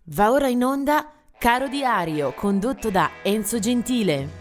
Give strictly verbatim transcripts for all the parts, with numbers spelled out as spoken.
Va ora in onda Caro Diario, condotto da Enzo Gentile.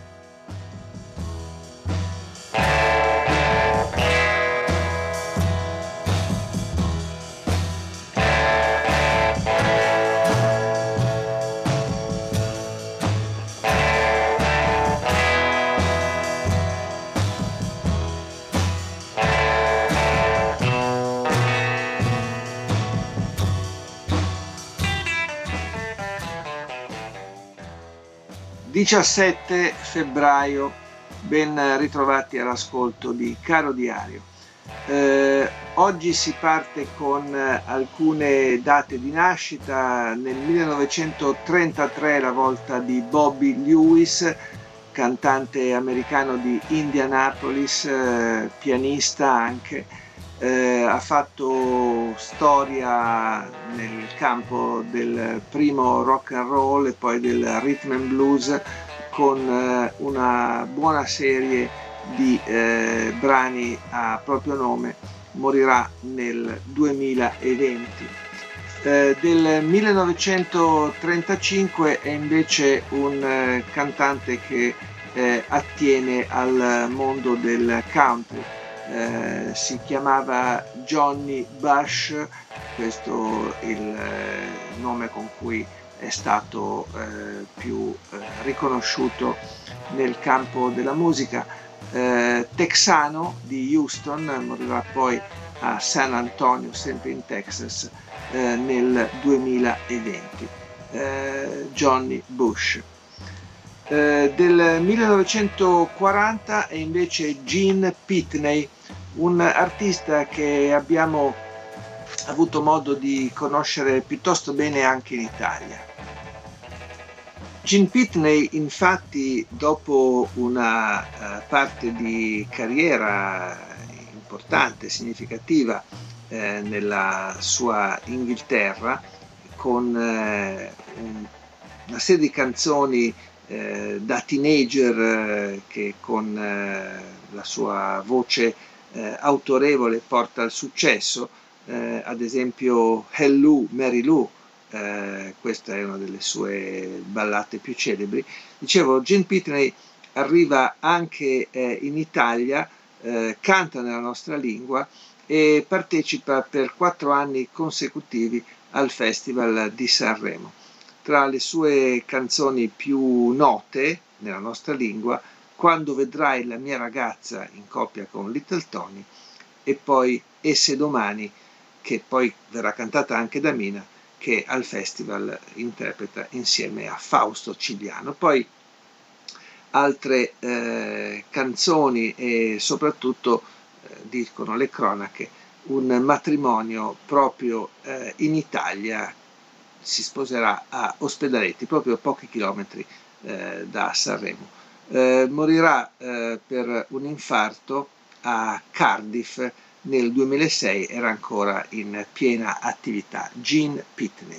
diciassette febbraio, ben ritrovati all'ascolto di Caro Diario. Eh, oggi si parte con alcune date di nascita. Nel millenovecentotrentatré la volta di Bobby Lewis, cantante americano di Indianapolis, eh, pianista anche. Eh, ha fatto storia nel campo del primo rock and roll e poi del rhythm and blues con eh, una buona serie di eh, brani a proprio nome. Morirà nel duemilaventi. Eh, del millenovecentotrentacinque è invece un eh, cantante che eh, attiene al mondo del country. Eh, si chiamava Johnny Bush, questo è il eh, nome con cui è stato eh, più eh, riconosciuto nel campo della musica. Eh, texano di Houston, morirà poi a San Antonio, sempre in Texas, eh, nel duemilaventi. Eh, Johnny Bush. Eh, del millenovecentoquaranta è invece Gene Pitney, un artista che abbiamo avuto modo di conoscere piuttosto bene anche in Italia. Gene Pitney, infatti, dopo una uh, parte di carriera importante, significativa eh, nella sua Inghilterra, con eh, un, una serie di canzoni eh, da teenager eh, che con eh, la sua voce eh, autorevole porta al successo, eh, ad esempio Hello Mary Lou. Eh, questa è una delle sue ballate più celebri. Dicevo, Gene Pitney arriva anche eh, in Italia, eh, canta nella nostra lingua e partecipa per quattro anni consecutivi al Festival di Sanremo. Tra le sue canzoni più note nella nostra lingua, Quando vedrai la mia ragazza in coppia con Little Tony e poi E se domani, che poi verrà cantata anche da Mina, che al festival interpreta insieme a Fausto Cigliano. Poi altre eh, canzoni e soprattutto, eh, dicono le cronache, un matrimonio proprio eh, in Italia. Si sposerà a Ospedaletti, proprio a pochi chilometri eh, da Sanremo. Eh, morirà eh, per un infarto a Cardiff nel duemilasei, era ancora in piena attività. Gene Pitney.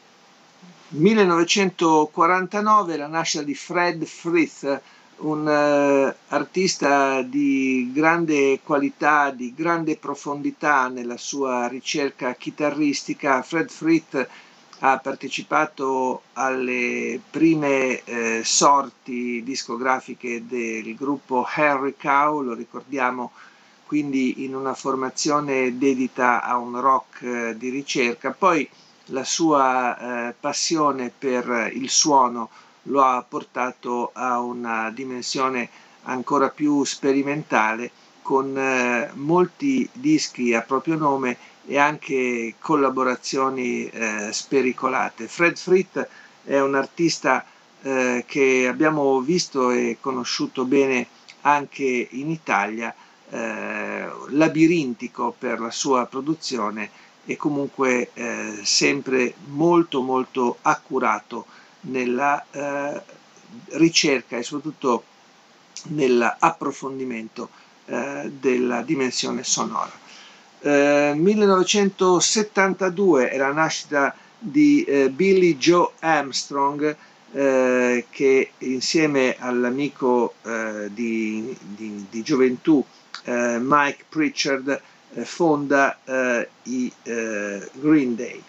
millenovecentoquarantanove, la nascita di Fred Frith, un uh, artista di grande qualità, di grande profondità nella sua ricerca chitarristica. Fred Frith ha partecipato alle prime eh, sorti discografiche del gruppo Henry Cow, lo ricordiamo quindi in una formazione dedita a un rock eh, di ricerca. Poi la sua eh, passione per il suono lo ha portato a una dimensione ancora più sperimentale, con eh, molti dischi a proprio nome e anche collaborazioni eh, spericolate. Fred Frith è un artista eh, che abbiamo visto e conosciuto bene anche in Italia, eh, labirintico per la sua produzione e comunque eh, sempre molto molto accurato nella eh, ricerca e soprattutto nell'approfondimento eh, della dimensione sonora. Eh, millenovecentosettantadue è la nascita di eh, Billy Joe Armstrong, eh, che insieme all'amico eh, di, di, di gioventù eh, Mike Pritchard eh, fonda eh, i eh, Green Day.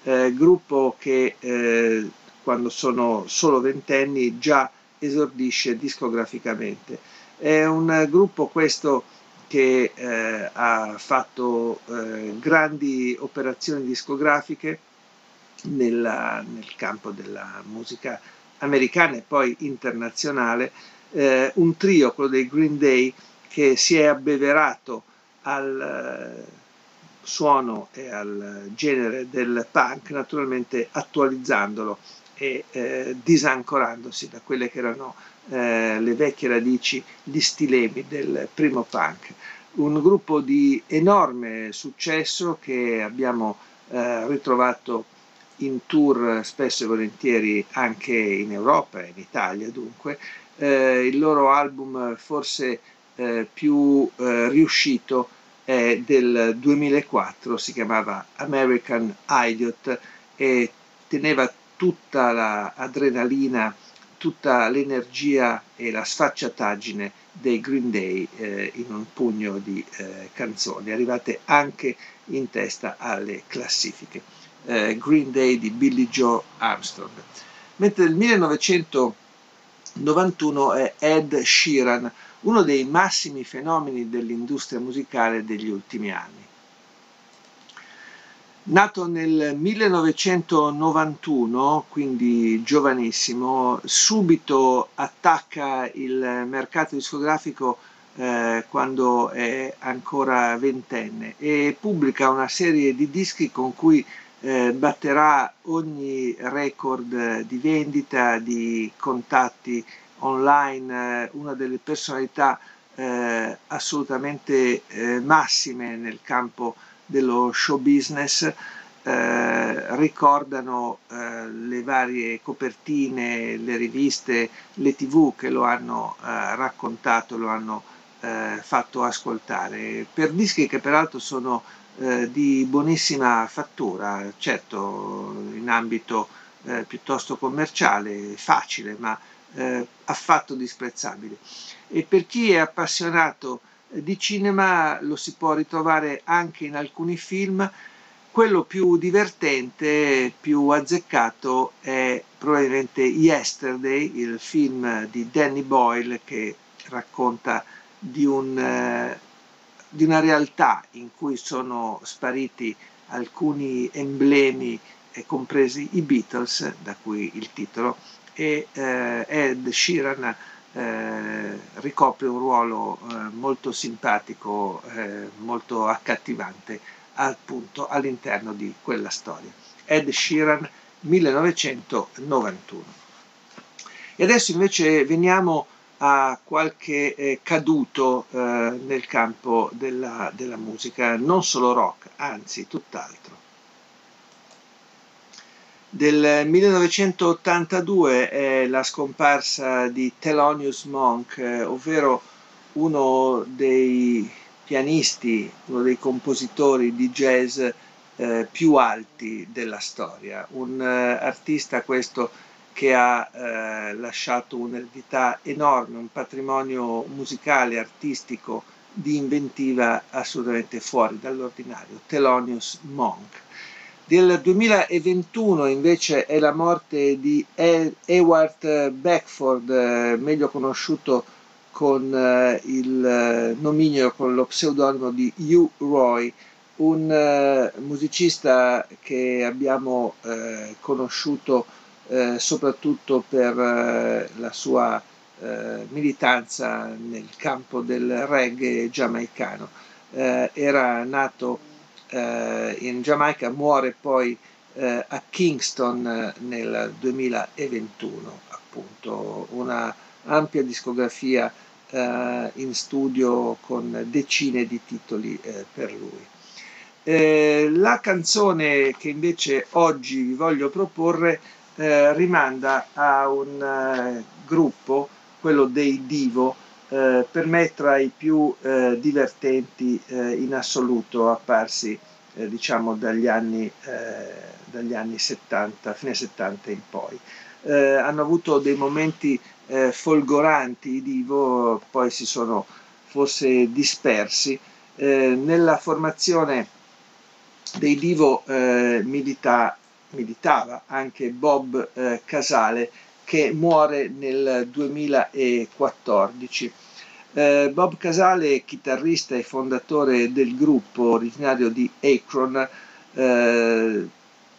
eh, gruppo che eh, quando sono solo ventenni già esordisce discograficamente. È un gruppo questo che eh, ha fatto eh, grandi operazioni discografiche nella, nel campo della musica americana e poi internazionale, eh, un trio, quello dei Green Day, che si è abbeverato al eh, suono e al genere del punk, naturalmente attualizzandolo e eh, disancorandosi da quelle che erano eh, le vecchie radici, gli stilemi del primo punk. Un gruppo di enorme successo che abbiamo eh, ritrovato in tour spesso e volentieri anche in Europa e in Italia dunque. Eh, il loro album forse eh, più eh, riuscito è del duemilaquattro, si chiamava American Idiot e teneva tutta l'adrenalina, tutta l'energia e la sfacciataggine dei Green Day eh, in un pugno di eh, canzoni, arrivate anche in testa alle classifiche. Eh, Green Day di Billie Joe Armstrong. Mentre nel millenovecentonovantuno è Ed Sheeran, uno dei massimi fenomeni dell'industria musicale degli ultimi anni. Nato nel millenovecentonovantuno, quindi giovanissimo, subito attacca il mercato discografico eh, quando è ancora ventenne e pubblica una serie di dischi con cui eh, batterà ogni record di vendita, di contatti online, eh, una delle personalità eh, assolutamente eh, massime nel campo dello show business. Eh, ricordano eh, le varie copertine, le riviste, le tv che lo hanno eh, raccontato, lo hanno eh, fatto ascoltare, per dischi che peraltro sono eh, di buonissima fattura, certo in ambito eh, piuttosto commerciale, facile, ma eh, affatto disprezzabile. E per chi è appassionato di cinema lo si può ritrovare anche in alcuni film. Quello più divertente, più azzeccato è probabilmente Yesterday, il film di Danny Boyle che racconta di, un, eh, di una realtà in cui sono spariti alcuni emblemi, eh, compresi i Beatles, da cui il titolo, e eh, Ed Sheeran Eh, ricopre un ruolo eh, molto simpatico, eh, molto accattivante appunto all'interno di quella storia. Ed Sheeran, millenovecentonovantuno. E adesso invece veniamo a qualche eh, caduto eh, nel campo della, della musica, non solo rock, anzi tutt'altro. Del millenovecentottantadue è la scomparsa di Thelonious Monk, eh, ovvero uno dei pianisti, uno dei compositori di jazz eh, più alti della storia, un eh, artista questo che ha eh, lasciato un'eredità enorme, un patrimonio musicale, artistico, di inventiva assolutamente fuori dall'ordinario, Thelonious Monk. Del duemilaventuno invece è la morte di Ewart Beckford, eh, meglio conosciuto con eh, il eh, nomignolo, con lo pseudonimo di Hugh Roy, un eh, musicista che abbiamo eh, conosciuto eh, soprattutto per eh, la sua eh, militanza nel campo del reggae giamaicano. Eh, era nato eh, in Giamaica, muore poi eh, a Kingston eh, nel duemilaventuno, appunto, una ampia discografia eh, in studio con decine di titoli eh, per lui. Eh, la canzone che invece oggi vi voglio proporre eh, rimanda a un eh, gruppo, quello dei Divo, eh, per me tra i più eh, divertenti eh, in assoluto, apparsi eh, diciamo dagli anni, eh, dagli anni settanta, fine settanta in poi. Eh, hanno avuto dei momenti eh, folgoranti i Divo, poi si sono forse dispersi. Eh, nella formazione dei Divo eh, milita militava anche Bob eh, Casale, che muore nel duemilaquattordici. Eh, Bob Casale, chitarrista e fondatore del gruppo originario di Akron, eh,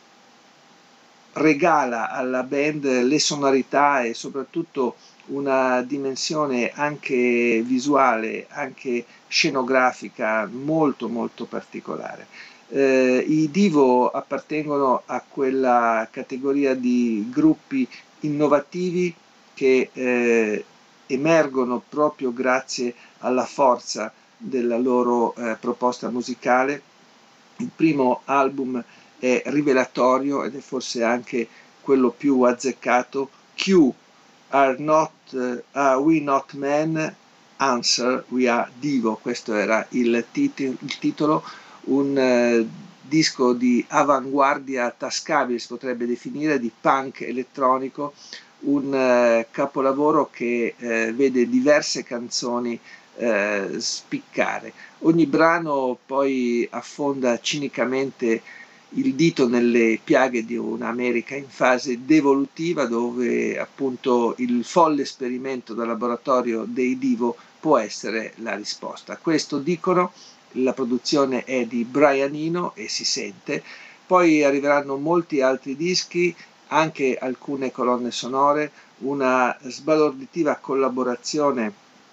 regala alla band le sonorità e soprattutto una dimensione anche visuale, anche scenografica molto molto particolare. Eh, I Divo appartengono a quella categoria di gruppi innovativi che eh, emergono proprio grazie alla forza della loro eh, proposta musicale. Il primo album è rivelatorio ed è forse anche quello più azzeccato. Q, are, not, uh, are we not men? Answer, we are Divo. Questo era il, tit- il titolo, un uh, disco di avanguardia tascabile, si potrebbe definire, di punk elettronico, un uh, capolavoro che uh, vede diverse canzoni uh, spiccare. Ogni brano poi affonda cinicamente il dito nelle piaghe di un'America in fase devolutiva, dove appunto il folle esperimento da laboratorio dei Divo può essere la risposta. Questo dicono, la produzione è di Brian Eno e si sente, poi arriveranno molti altri dischi, anche alcune colonne sonore, una sbalorditiva collaborazione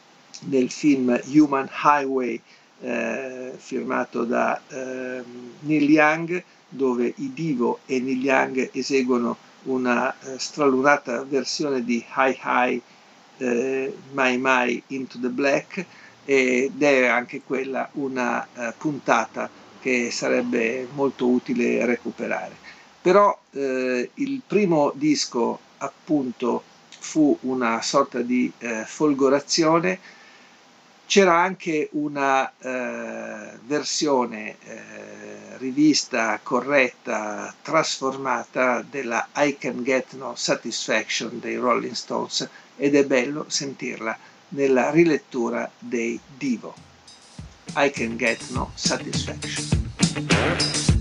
nel film Human Highway eh, firmato da eh, Neil Young, dove i Divo e Neil Young eseguono una eh, stralunata versione di Hi Hi eh, My My Into the Black, ed è anche quella una eh, puntata che sarebbe molto utile recuperare. Però eh, il primo disco appunto fu una sorta di eh, folgorazione. C'era anche una eh, versione eh, rivista, corretta, trasformata della I Can Get No Satisfaction dei Rolling Stones, ed è bello sentirla nella rilettura dei Divo. I Can Get No Satisfaction.